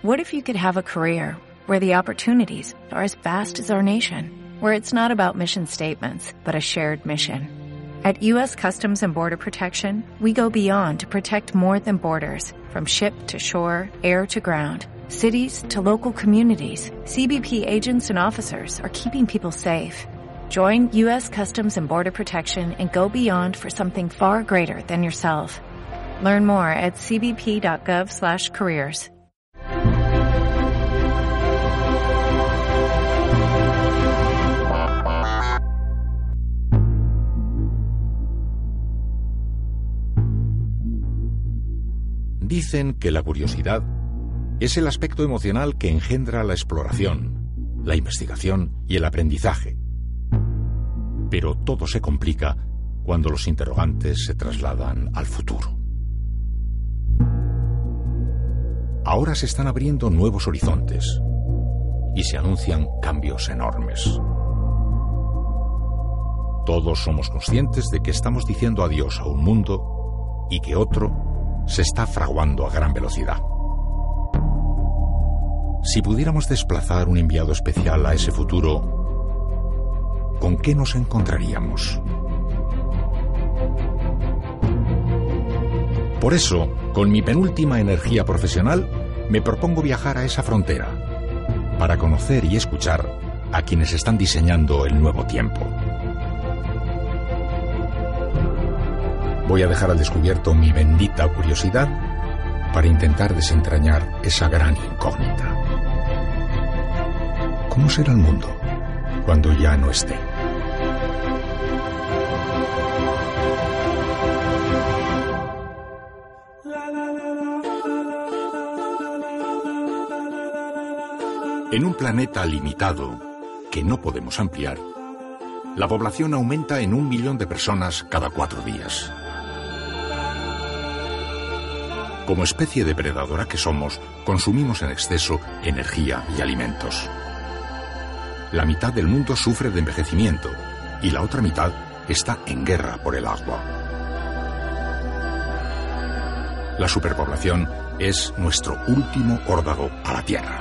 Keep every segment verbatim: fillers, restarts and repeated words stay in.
What if you could have a career where the opportunities are as vast as our nation, where it's not about mission statements, but a shared mission? At U S Customs and Border Protection, we go beyond to protect more than borders, from ship to shore, air to ground, cities to local communities. C B P agents and officers are keeping people safe. Join U S Customs and Border Protection and go beyond for something far greater than yourself. Learn more at c b p dot gov slash careers. Dicen que la curiosidad es el aspecto emocional que engendra la exploración, la investigación y el aprendizaje. Pero todo se complica cuando los interrogantes se trasladan al futuro. Ahora se están abriendo nuevos horizontes y se anuncian cambios enormes. Todos somos conscientes de que estamos diciendo adiós a un mundo y que otro se está fraguando a gran velocidad. Si pudiéramos desplazar un enviado especial a ese futuro, ¿con qué nos encontraríamos? Por eso, con mi penúltima energía profesional, me propongo viajar a esa frontera, para conocer y escuchar a quienes están diseñando el nuevo tiempo. Voy a dejar al descubierto mi bendita curiosidad para intentar desentrañar esa gran incógnita. ¿Cómo será el mundo cuando ya no esté? En un planeta limitado que no podemos ampliar, la población aumenta en un millón de personas cada cuatro días. Como especie depredadora que somos, consumimos en exceso energía y alimentos. La mitad del mundo sufre de envejecimiento y la otra mitad está en guerra por el agua. La superpoblación es nuestro último órdago a la Tierra.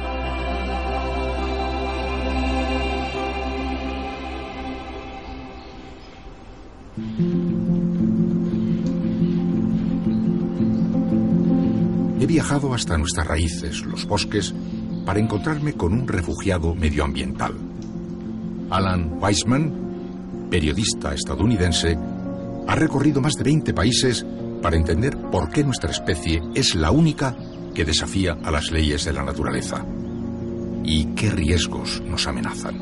He viajado hasta nuestras raíces, los bosques, para encontrarme con un refugiado medioambiental. Alan Weisman, periodista estadounidense, ha recorrido más de veinte países para entender por qué nuestra especie es la única que desafía a las leyes de la naturaleza y qué riesgos nos amenazan.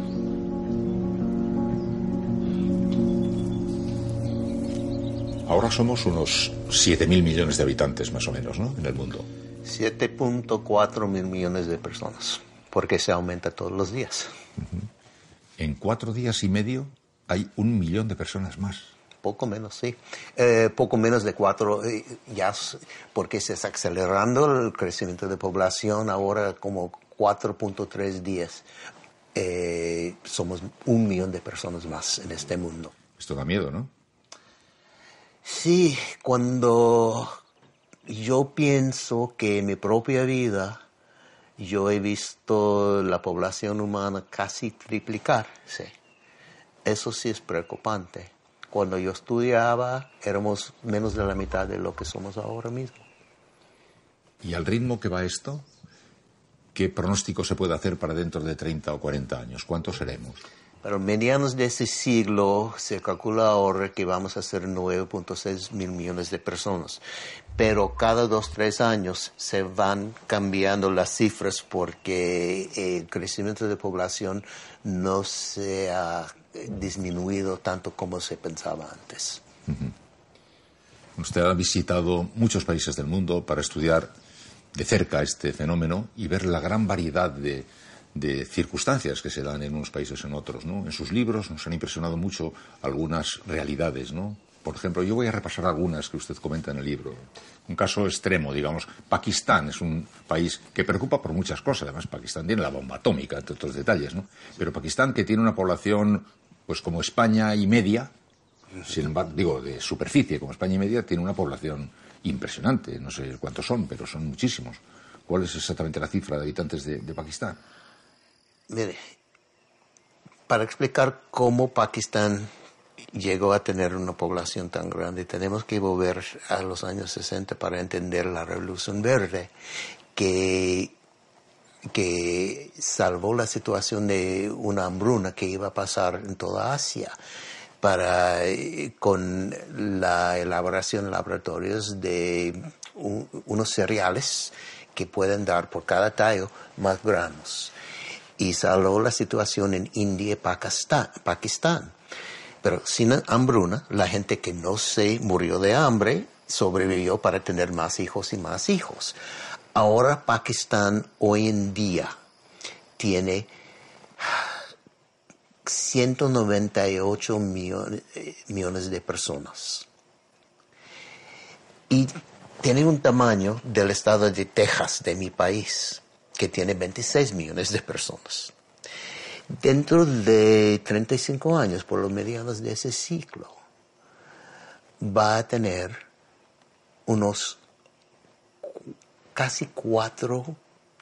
Ahora somos unos siete mil millones de habitantes, más o menos, ¿no?, en el mundo. siete punto cuatro mil millones de personas, porque se aumenta todos los días. Uh-huh. En cuatro días y medio hay un millón de personas más. Poco menos, sí. Eh, poco menos de cuatro, eh, ya, porque se está acelerando el crecimiento de población. Ahora como cuatro punto tres días. Eh, somos un millón de personas más en este mundo. Esto da miedo, ¿no? Sí, cuando yo pienso que en mi propia vida yo he visto la población humana casi triplicarse. Eso sí es preocupante. Cuando yo estudiaba éramos menos de la mitad de lo que somos ahora mismo. ¿Y al ritmo que va esto? ¿Qué pronóstico se puede hacer para dentro de treinta o cuarenta años? ¿Cuántos seremos? Para medianos de ese siglo se calcula ahora que vamos a ser nueve punto seis mil millones de personas. Pero cada dos, tres años se van cambiando las cifras porque el crecimiento de población no se ha disminuido tanto como se pensaba antes. Uh-huh. Usted ha visitado muchos países del mundo para estudiar de cerca este fenómeno y ver la gran variedad de de circunstancias que se dan en unos países en otros, ¿no? En sus libros nos han impresionado mucho algunas realidades, ¿no? Por ejemplo, yo voy a repasar algunas que usted comenta en el libro. Un caso extremo, digamos, Pakistán es un país que preocupa por muchas cosas. Además, Pakistán tiene la bomba atómica, entre otros detalles, ¿no? Pero Pakistán, que tiene una población, pues como España y media, sin embargo, digo, de superficie, como España y media, tiene una población impresionante. No sé cuántos son, pero son muchísimos. ¿Cuál es exactamente la cifra de habitantes de, de Pakistán? Mire, para explicar cómo Pakistán llegó a tener una población tan grande, tenemos que volver a los años sesenta para entender la Revolución Verde, que, que salvó la situación de una hambruna que iba a pasar en toda Asia, para, con la elaboración en laboratorios de un, unos cereales que pueden dar por cada tallo más granos. Y salvó la situación en India y Pakistán. Pakistán. Pero sin hambruna, la gente que no se murió de hambre sobrevivió para tener más hijos y más hijos. Ahora Pakistán hoy en día tiene ciento noventa y ocho millones, millones de personas. Y tiene un tamaño del estado de Texas, de mi país, que tiene veintiséis millones de personas. Dentro de treinta y cinco años, por los medianos de ese ciclo, va a tener unos casi cuatrocientos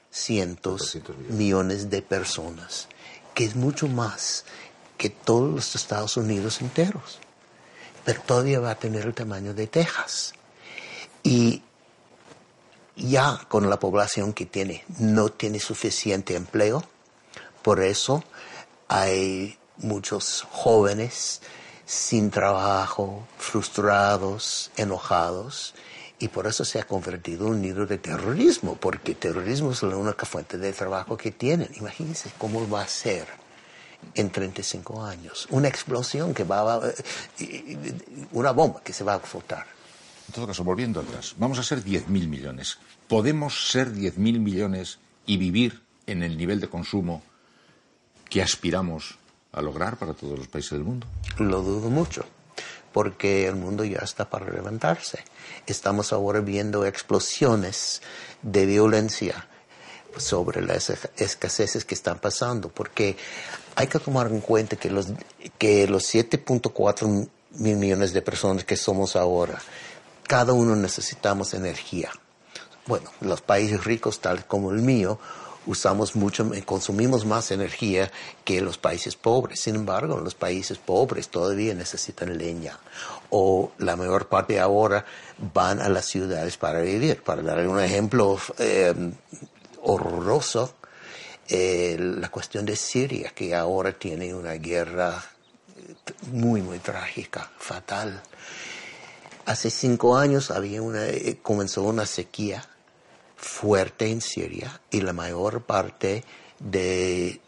millones de personas, que es mucho más que todos los Estados Unidos enteros. Pero todavía va a tener el tamaño de Texas. Y ya con la población que tiene, no tiene suficiente empleo. Por eso hay muchos jóvenes sin trabajo, frustrados, enojados, y por eso se ha convertido en un nido de terrorismo, porque terrorismo es la única fuente de trabajo que tienen. Imagínense cómo va a ser en treinta y cinco años. Una explosión que va a... una bomba que se va a explotar. En todo caso, volviendo atrás, vamos a ser diez mil millones. ¿Podemos ser diez mil millones y vivir en el nivel de consumo que aspiramos a lograr para todos los países del mundo? Lo dudo mucho, porque el mundo ya está para levantarse. Estamos ahora viendo explosiones de violencia sobre las escaseces que están pasando, porque hay que tomar en cuenta que los, que los siete punto cuatro mil millones de personas que somos ahora, cada uno necesitamos energía. Bueno, los países ricos, tal como el mío, usamos mucho, consumimos más energía que los países pobres. Sin embargo, los países pobres todavía necesitan leña. O la mayor parte ahora van a las ciudades para vivir. Para dar un ejemplo eh, horroroso, eh, la cuestión de Siria, que ahora tiene una guerra muy, muy trágica, fatal. Hace cinco años había una, eh, comenzó una sequía fuerte en Siria y la mayor parte de,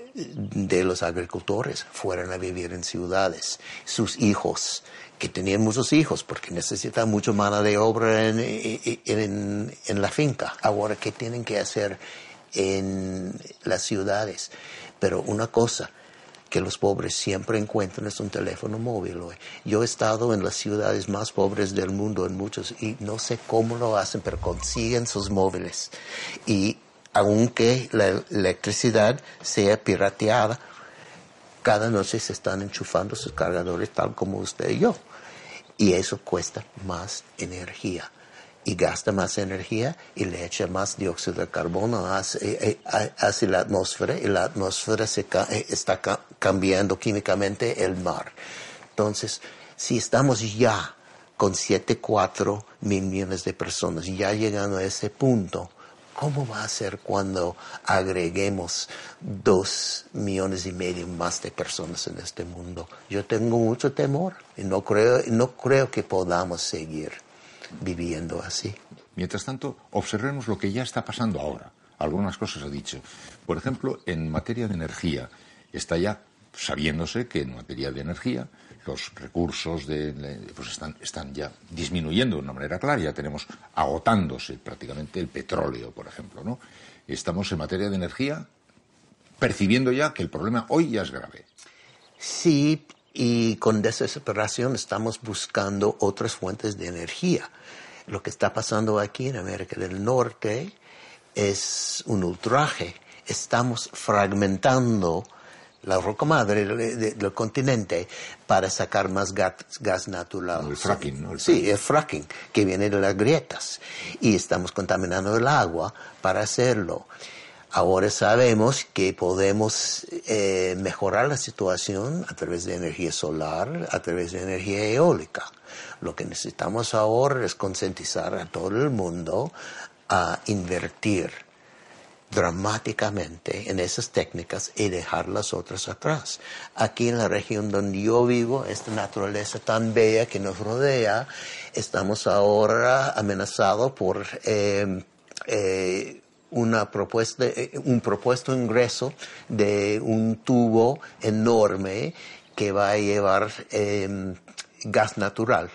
de los agricultores fueron a vivir en ciudades. Sus hijos, que tenían muchos hijos porque necesitan mucha mano de obra en, en, en, en la finca. Ahora, ¿qué tienen que hacer en las ciudades? Pero una cosa que los pobres siempre encuentran es un teléfono móvil hoy. Yo he estado en las ciudades más pobres del mundo, en muchos, y no sé cómo lo hacen, pero consiguen sus móviles. Y aunque la electricidad sea pirateada, cada noche se están enchufando sus cargadores tal como usted y yo. Y eso cuesta más energía. Y gasta más energía y le echa más dióxido de carbono hacia, hacia la atmósfera, y la atmósfera se ca está ca cambiando químicamente el mar. Entonces, si estamos ya con siete punto cuatro mil millones de personas, ya llegando a ese punto, ¿cómo va a ser cuando agreguemos dos millones y medio más de personas en este mundo? Yo tengo mucho temor y no creo, no creo que podamos seguir viviendo así. Mientras tanto, observemos lo que ya está pasando ahora. Algunas cosas ha dicho. Por ejemplo, en materia de energía, está ya sabiéndose que en materia de energía los recursos de, pues están, están ya disminuyendo de una manera clara. Ya tenemos agotándose prácticamente el petróleo, por ejemplo, ¿no? Estamos en materia de energía percibiendo ya que el problema hoy ya es grave. Sí, y con desesperación estamos buscando otras fuentes de energía. Lo que está pasando aquí en América del Norte es un ultraje. Estamos fragmentando la roca madre del, del, del continente, para sacar más gas, gas natural. El fracking, ¿no? El sí, fracking. el fracking, que viene de las grietas. Y estamos contaminando el agua para hacerlo. Ahora sabemos que podemos eh, mejorar la situación a través de energía solar, a través de energía eólica. Lo que necesitamos ahora es concientizar a todo el mundo a invertir dramáticamente en esas técnicas y dejar las otras atrás. Aquí en la región donde yo vivo, esta naturaleza tan bella que nos rodea, estamos ahora amenazados por eh, eh, una propuesta, un propuesto ingreso de un tubo enorme que va a llevar eh, gas natural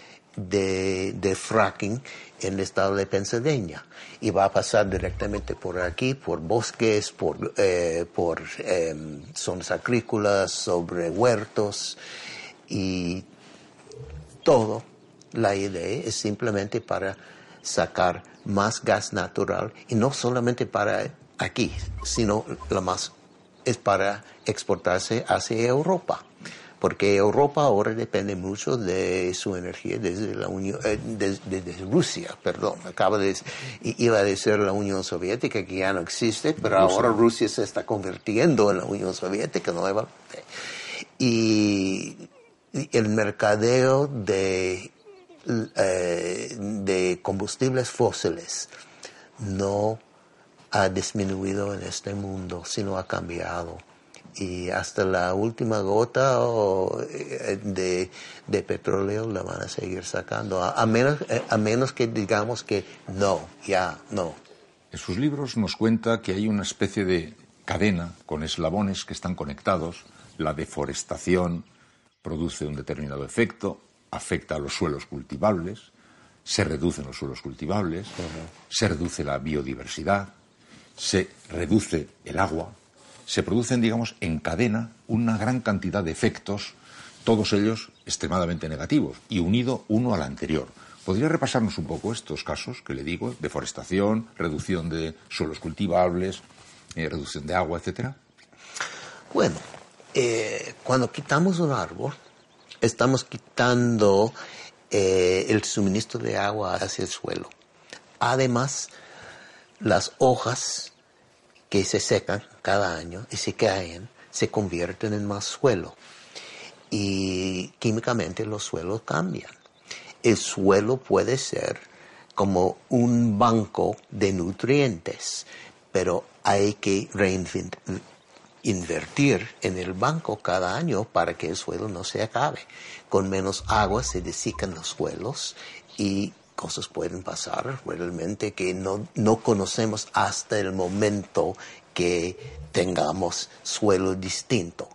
de, de fracking en el estado de Pennsylvania, y va a pasar directamente por aquí, por bosques, por, eh, por eh, zonas agrícolas, sobre huertos, y todo. La idea es simplemente para sacar más gas natural, y no solamente para aquí, sino la más es para exportarse hacia Europa, porque Europa ahora depende mucho de su energía desde la Unión, eh, desde, desde Rusia, perdón, acaba de iba a decir la Unión Soviética, que ya no existe, pero Rusia. Ahora Rusia se está convirtiendo en la Unión Soviética nuevamente. Y el mercadeo de eh, de combustibles fósiles no ha disminuido en este mundo, sino ha cambiado. Y hasta la última gota oh, de, de petróleo la van a seguir sacando, a, a, menos, a menos que digamos que no, ya no. En sus libros nos cuenta que hay una especie de cadena con eslabones que están conectados. La deforestación produce un determinado efecto, afecta a los suelos cultivables, se reducen los suelos cultivables, uh-huh. se reduce la biodiversidad, se reduce el agua, se producen, digamos, en cadena una gran cantidad de efectos, todos ellos extremadamente negativos, y unido uno al anterior. ¿Podría repasarnos un poco estos casos que le digo? Deforestación, reducción de suelos cultivables, eh, reducción de agua, etcétera. Bueno, eh, cuando quitamos un árbol, estamos quitando eh, el suministro de agua hacia el suelo. Además, las hojas que se secan cada año y se caen, se convierten en más suelo. Y químicamente los suelos cambian. El suelo puede ser como un banco de nutrientes, pero hay que reinventar. invertir en el banco cada año para que el suelo no se acabe. Con menos agua se desecan los suelos y cosas pueden pasar realmente que no, no conocemos hasta el momento que tengamos suelo distinto.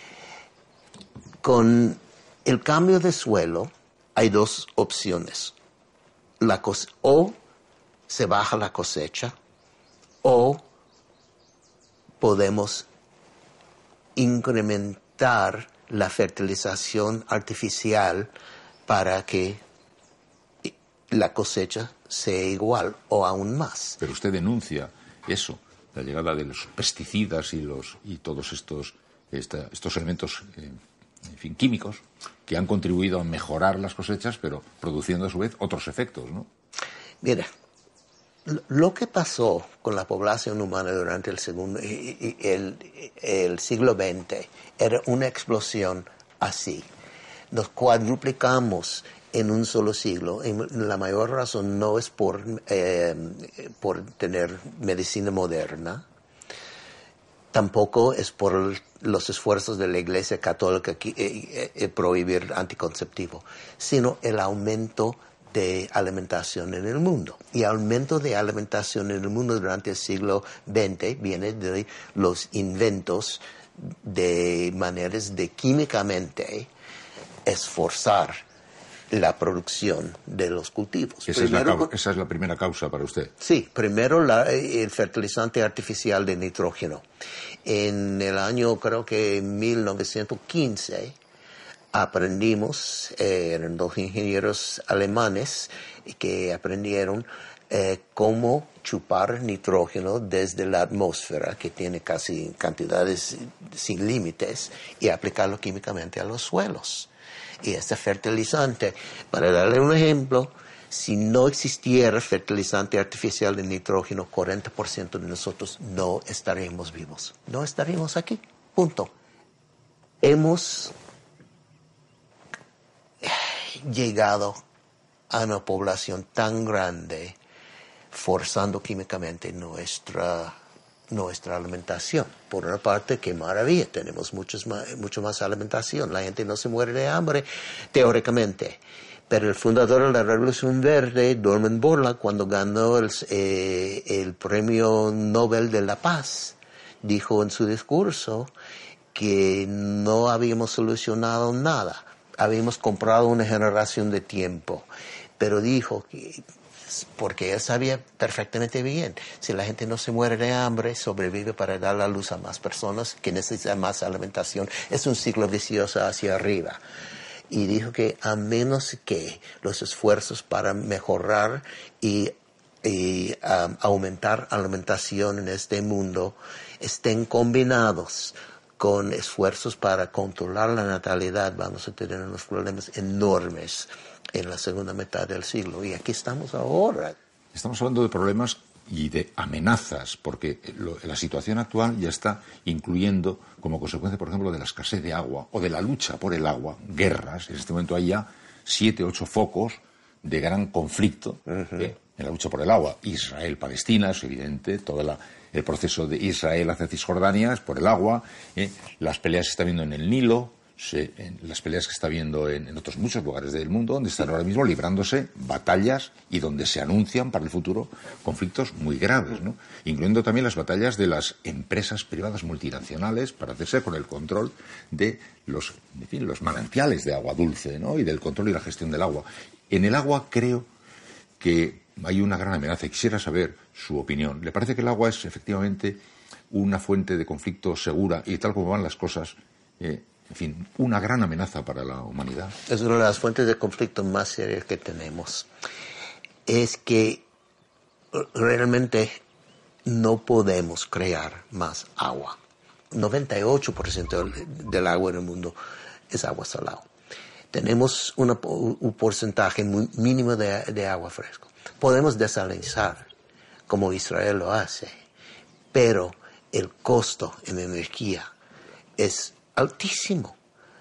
Con el cambio de suelo hay dos opciones. La cose- o se baja la cosecha o podemos incrementar la fertilización artificial para que la cosecha sea igual o aún más. Pero usted denuncia eso, la llegada de los pesticidas y los y todos estos esta, estos elementos eh, en fin, químicos que han contribuido a mejorar las cosechas, pero produciendo a su vez otros efectos, ¿no? Mira, lo que pasó con la población humana durante el, segundo, el, el siglo veinte era una explosión así. Nos cuadruplicamos en un solo siglo. Y la mayor razón no es por, eh, por tener medicina moderna, tampoco es por los esfuerzos de la Iglesia Católica que eh, eh, prohibir anticonceptivo, sino el aumento de alimentación en el mundo. Y el aumento de alimentación en el mundo durante el siglo veinte viene de los inventos de maneras de químicamente esforzar la producción de los cultivos. Esa, primero, es la, esa es la primera causa para usted. Sí, primero la, el fertilizante artificial de nitrógeno. En el año, creo que mil novecientos quince, aprendimos, eh, eran dos ingenieros alemanes que aprendieron eh, cómo chupar nitrógeno desde la atmósfera, que tiene casi cantidades sin límites, y aplicarlo químicamente a los suelos. Y este fertilizante, para darle un ejemplo, si no existiera fertilizante artificial de nitrógeno, cuarenta por ciento de nosotros no estaríamos vivos. No estaríamos aquí. Punto. Hemos llegado a una población tan grande forzando químicamente nuestra, nuestra alimentación. Por una parte, qué maravilla, tenemos muchos más, mucho más alimentación. La gente no se muere de hambre, teóricamente. Pero el fundador de la Revolución Verde, Norman Borlaug, cuando ganó el, eh, el Premio Nobel de la Paz, dijo en su discurso que no habíamos solucionado nada. Habíamos comprado una generación de tiempo. Pero dijo que, porque él sabía perfectamente bien, si la gente no se muere de hambre, sobrevive para dar la luz a más personas que necesitan más alimentación. Es un ciclo vicioso hacia arriba. Y dijo que a menos que los esfuerzos para mejorar y, y um, aumentar alimentación en este mundo estén combinados con esfuerzos para controlar la natalidad, vamos a tener unos problemas enormes en la segunda mitad del siglo. Y aquí estamos ahora. Estamos hablando de problemas y de amenazas, porque lo, la situación actual ya está incluyendo, como consecuencia, por ejemplo, de la escasez de agua o de la lucha por el agua, guerras. En este momento hay ya siete, ocho focos de gran conflicto uh-huh. eh, en la lucha por el agua. Israel-Palestina, es evidente, todo la, el proceso de Israel hacia Cisjordania es por el agua. Eh, las peleas que se está viendo en el Nilo, se, en las peleas que se está viendo en, en otros muchos lugares del mundo, donde están ahora mismo librándose batallas y donde se anuncian para el futuro conflictos muy graves, ¿no? Incluyendo también las batallas de las empresas privadas multinacionales para hacerse con el control de los, en fin, los manantiales de agua dulce, ¿no? Y del control y la gestión del agua. En el agua creo que hay una gran amenaza y quisiera saber su opinión. ¿Le parece que el agua es efectivamente una fuente de conflicto segura y tal como van las cosas, eh, en fin, una gran amenaza para la humanidad? Es una de las fuentes de conflicto más serias que tenemos. Es que realmente no podemos crear más agua. noventa y ocho por ciento del agua en el mundo es agua salada. Tenemos una, un porcentaje muy mínimo de, de agua fresca. Podemos desalinizar, como Israel lo hace, pero el costo en energía es altísimo.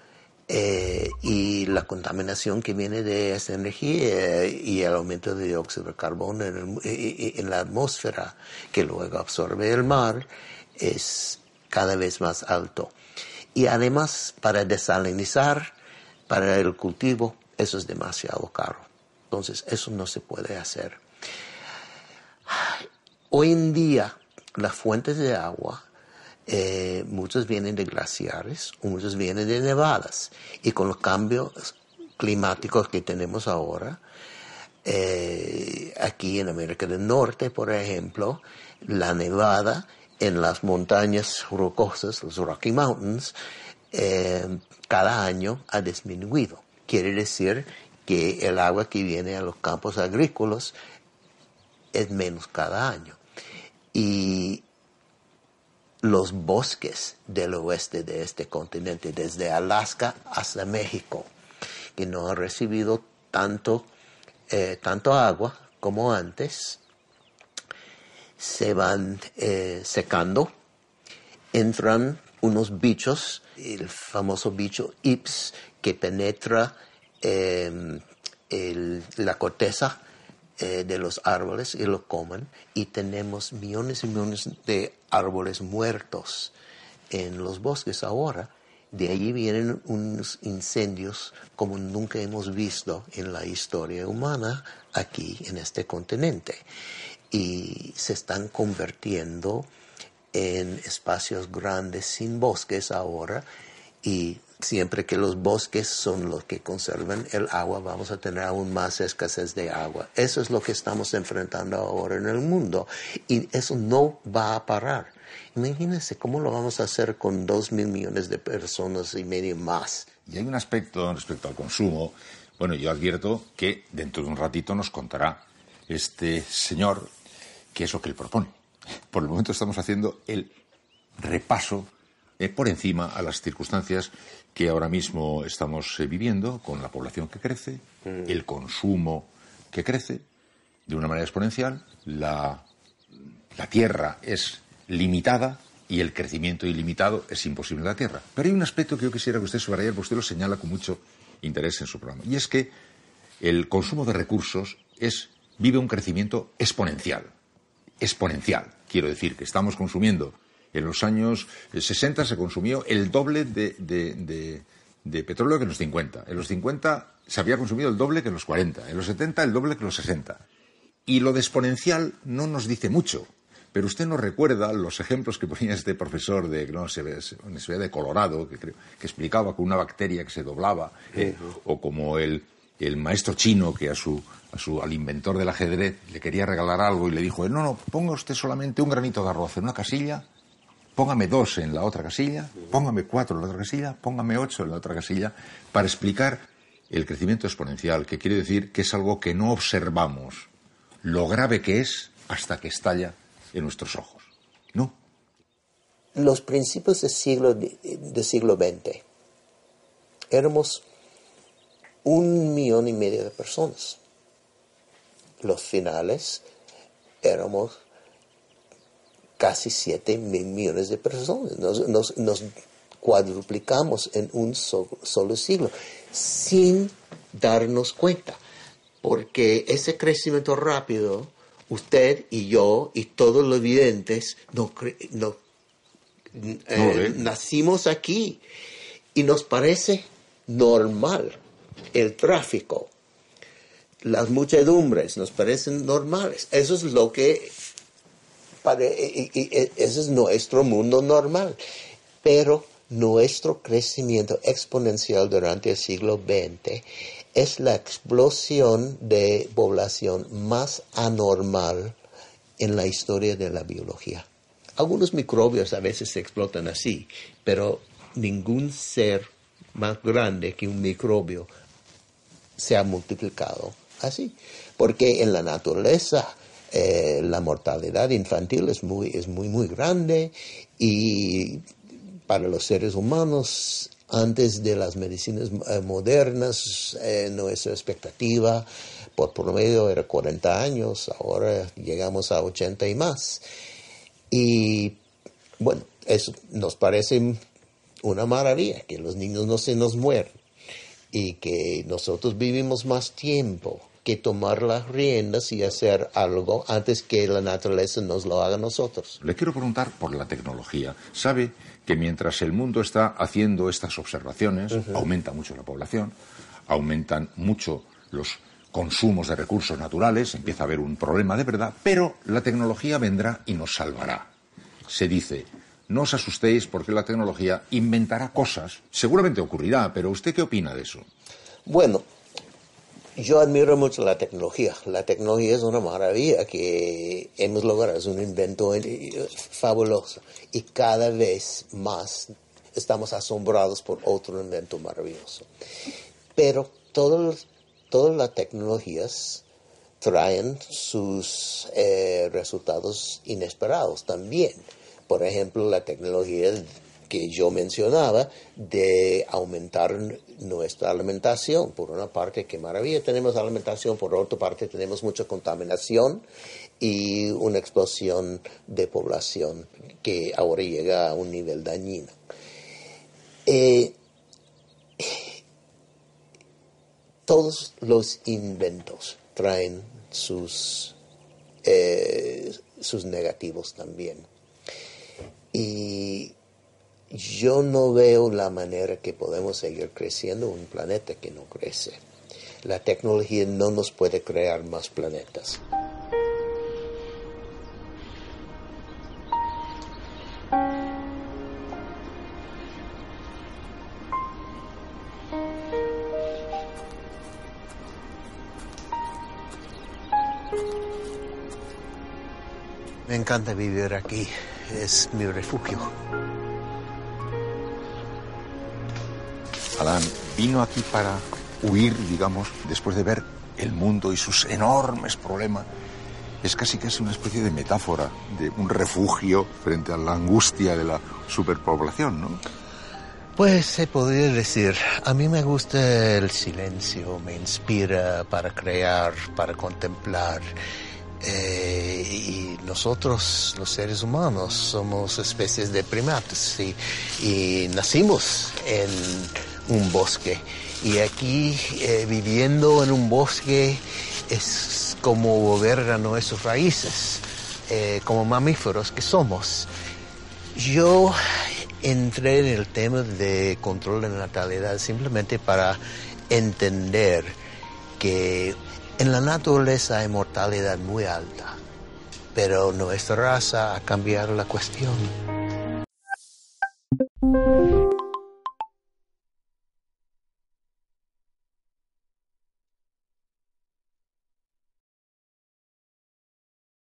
Eh, y la contaminación que viene de esa energía eh, y el aumento de dióxido de carbono en, el, eh, en la atmósfera que luego absorbe el mar es cada vez más alto. Y además, para desalinizar, para el cultivo, eso es demasiado caro. Entonces, eso no se puede hacer. Hoy en día, las fuentes de agua, eh, muchas vienen de glaciares, muchas vienen de nevadas. Y con los cambios climáticos que tenemos ahora, eh, aquí en América del Norte, por ejemplo, la nevada en las montañas rocosas, los Rocky Mountains, eh, cada año ha disminuido. Quiere decir que el agua que viene a los campos agrícolas es menos cada año. Y los bosques del oeste de este continente, desde Alaska hasta México, que no han recibido tanto, eh, tanto agua como antes, se van eh, secando, entran unos bichos, el famoso bicho Ips, que penetra eh, el, la corteza eh, de los árboles y lo comen, y tenemos millones y millones de árboles muertos en los bosques ahora. De allí vienen unos incendios como nunca hemos visto en la historia humana aquí en este continente. Y se están convirtiendo en espacios grandes sin bosques ahora, y siempre que los bosques son los que conservan el agua, vamos a tener aún más escasez de agua. Eso es lo que estamos enfrentando ahora en el mundo, y eso no va a parar. Imagínense cómo lo vamos a hacer con dos mil millones de personas y medio más. Y hay un aspecto respecto al consumo. Bueno, yo advierto que dentro de un ratito nos contará este señor qué es lo que él propone. Por el momento estamos haciendo el repaso eh, por encima a las circunstancias que ahora mismo estamos eh, viviendo, con la población que crece, mm. el consumo que crece de una manera exponencial, la, la Tierra es limitada y el crecimiento ilimitado es imposible en la Tierra. Pero hay un aspecto que yo quisiera que usted subrayara, porque usted lo señala con mucho interés en su programa, y es que el consumo de recursos es, vive un crecimiento exponencial. Exponencial. Quiero decir que estamos consumiendo, en los años sesenta se consumió el doble de, de, de, de petróleo que en los cincuenta. En los cincuenta se había consumido el doble que en los cuarenta. En los setenta el doble que en los sesenta. Y lo de exponencial no nos dice mucho. Pero usted nos recuerda los ejemplos que ponía este profesor de no sé, Universidad de Colorado, que, creo, que explicaba con una bacteria que se doblaba, eh, uh-huh. o como el, el maestro chino que a su, a su al inventor del ajedrez le quería regalar algo y le dijo, no, no, ponga usted solamente un granito de arroz en una casilla, póngame dos en la otra casilla, póngame cuatro en la otra casilla, póngame ocho en la otra casilla, para explicar el crecimiento exponencial, que quiere decir que es algo que no observamos lo grave que es hasta que estalla en nuestros ojos, ¿no? Los principios del siglo, del siglo veinte, éramos un millón y medio de personas. Los finales éramos casi siete mil millones de personas. Nos, nos, nos cuadruplicamos en un so, solo siglo, sin darnos cuenta, porque ese crecimiento rápido, usted y yo y todos los videntes no, no, eh, no nacimos aquí y nos parece normal el tráfico, las muchedumbres nos parecen normales. Eso es lo que y, y, y, ese es nuestro mundo normal, pero nuestro crecimiento exponencial durante el siglo veinte es la explosión de población más anormal en la historia de la biología. Algunos microbios a veces se explotan así, pero ningún ser más grande que un microbio se ha multiplicado así. Porque en la naturaleza eh, la mortalidad infantil es muy, es muy, muy grande, y para los seres humanos, antes de las medicinas eh, modernas, eh, nuestra expectativa por promedio era cuarenta años, ahora llegamos a ochenta y más. Y bueno, eso nos parece una maravilla, que los niños no se nos mueren y que nosotros vivimos más tiempo, que tomar las riendas y hacer algo antes que la naturaleza nos lo haga a nosotros. Le quiero preguntar por la tecnología. ¿Sabe que mientras el mundo está haciendo estas observaciones, uh-huh. aumenta mucho la población, aumentan mucho los consumos de recursos naturales, empieza a haber un problema de verdad, pero la tecnología vendrá y nos salvará? Se dice, no os asustéis porque la tecnología inventará cosas, seguramente ocurrirá, pero ¿usted qué opina de eso? Bueno, yo admiro mucho la tecnología. La tecnología es una maravilla que hemos logrado, es un invento fabuloso. Y cada vez más estamos asombrados por otro invento maravilloso. Pero todos, todas las tecnologías traen sus eh, resultados inesperados también. Por ejemplo, la tecnología que yo mencionaba de aumentar nuestra alimentación. Por una parte, qué maravilla, tenemos alimentación, por otra parte tenemos mucha contaminación y una explosión de población que ahora llega a un nivel dañino. Eh, todos los inventos traen sus, eh, sus negativos también. Y yo no veo la manera que podemos seguir creciendo en un planeta que no crece. La tecnología no nos puede crear más planetas. Me encanta vivir aquí, es mi refugio. Adán vino aquí para huir, digamos, después de ver el mundo y sus enormes problemas, es casi casi una especie de metáfora, de un refugio frente a la angustia de la superpoblación, ¿no? Pues se podría decir, a mí me gusta el silencio, me inspira para crear, para contemplar. Eh, y nosotros, los seres humanos, somos especies de primates y, y nacimos en un bosque. Y aquí, eh, viviendo en un bosque, es como volver a nuestras raíces, eh, como mamíferos que somos. Yo entré en el tema de control de natalidad simplemente para entender que en la naturaleza hay mortalidad muy alta, pero nuestra raza ha cambiado la cuestión.